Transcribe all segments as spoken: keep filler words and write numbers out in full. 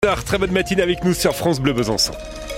Très bonne matinée avec nous sur France Bleu Besançon.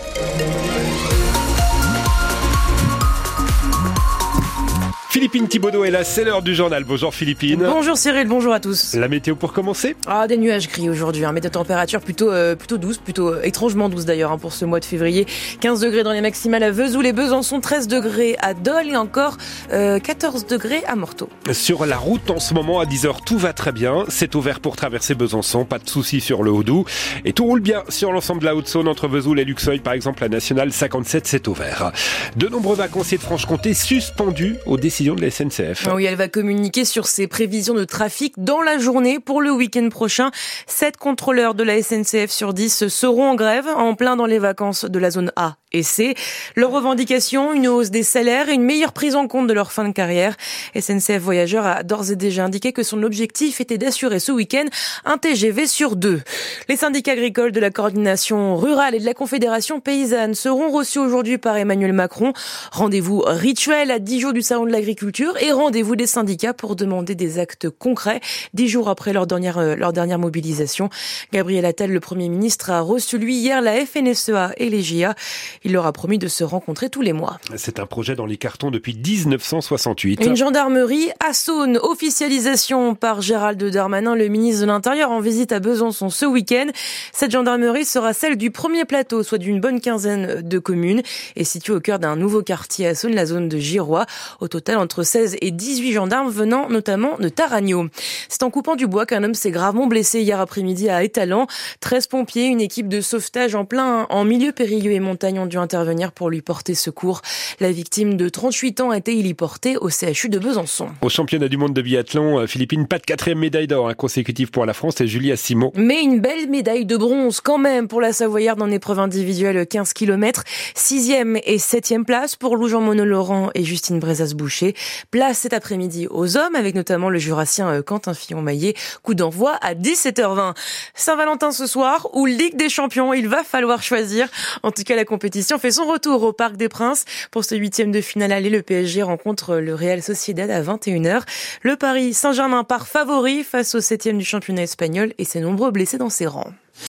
Philippine Thibaudot est là, c'est l'heure du journal. Bonjour Philippine. Bonjour Cyril, bonjour à tous. La météo pour commencer. Ah, des nuages gris aujourd'hui, hein, mais de température plutôt euh, plutôt douce, plutôt euh, étrangement douce d'ailleurs hein, pour ce mois de février. quinze degrés dans les maximales à Vesoul et Besançon, treize degrés à Dole et encore euh, quatorze degrés à Morteau. Sur la route en ce moment à dix heures, tout va très bien. C'est ouvert pour traverser Besançon, pas de soucis sur le Haut-Doubs. Et tout roule bien sur l'ensemble de la Haute-Saône entre Vesoul et Luxeuil. Par exemple, la nationale cinquante-sept, c'est ouvert. De nombreux vacanciers de Franche-Comté suspendus aux décisions de la S N C F. Oui, elle va communiquer sur ses prévisions de trafic dans la journée pour le week-end prochain. Sept contrôleurs de la S N C F sur dix seront en grève, en plein dans les vacances de la zone A et C. Leurs revendications, une hausse des salaires et une meilleure prise en compte de leur fin de carrière. S N C F Voyageurs a d'ores et déjà indiqué que son objectif était d'assurer ce week-end un T G V sur deux. Les syndicats agricoles de la coordination rurale et de la Confédération paysanne seront reçus aujourd'hui par Emmanuel Macron. Rendez-vous rituel à dix jours du salon de l'agriculture et rendez-vous des syndicats pour demander des actes concrets dix jours après leur dernière, euh, leur dernière mobilisation. Gabriel Attal, le Premier ministre, a reçu lui hier la F N S E A et les J A. Il leur a promis de se rencontrer tous les mois. C'est un projet dans les cartons depuis dix-neuf cent soixante-huit. Une gendarmerie à Saône, officialisation par Gérald Darmanin, le ministre de l'Intérieur, en visite à Besançon ce week-end. Cette gendarmerie sera celle du premier plateau, soit d'une bonne quinzaine de communes, et située au cœur d'un nouveau quartier à Saône, la zone de Girois. Au total, entre seize et dix-huit gendarmes venant notamment de Taragno. C'est en coupant du bois qu'un homme s'est gravement blessé hier après-midi à Étalan. treize pompiers, une équipe de sauvetage en plein en milieu périlleux et montagne ont dû intervenir pour lui porter secours. La victime de trente-huit ans a été héliportée au C H U de Besançon. Au championnat du monde de biathlon, Philippine, pas de quatrième médaille d'or hein, consécutive pour la France et Julia Simon. Mais une belle médaille de bronze quand même pour la Savoyarde en épreuve individuelle quinze kilomètres. Sixième et septième place pour Lou Jean-Monod Laurent et Justine Brezas-Boucher. Place cet après-midi aux hommes avec notamment le jurassien Quentin Fillon-Maillet. Coup d'envoi à dix-sept heures vingt. Saint-Valentin ce soir ou Ligue des Champions, il va falloir choisir. En tout cas, la compétition fait son retour au Parc des Princes. Pour ce huitième de finale aller, le P S G rencontre le Real Sociedad à vingt et une heures. Le Paris Saint-Germain part favori face au septième du championnat espagnol et ses nombreux blessés dans ses rangs.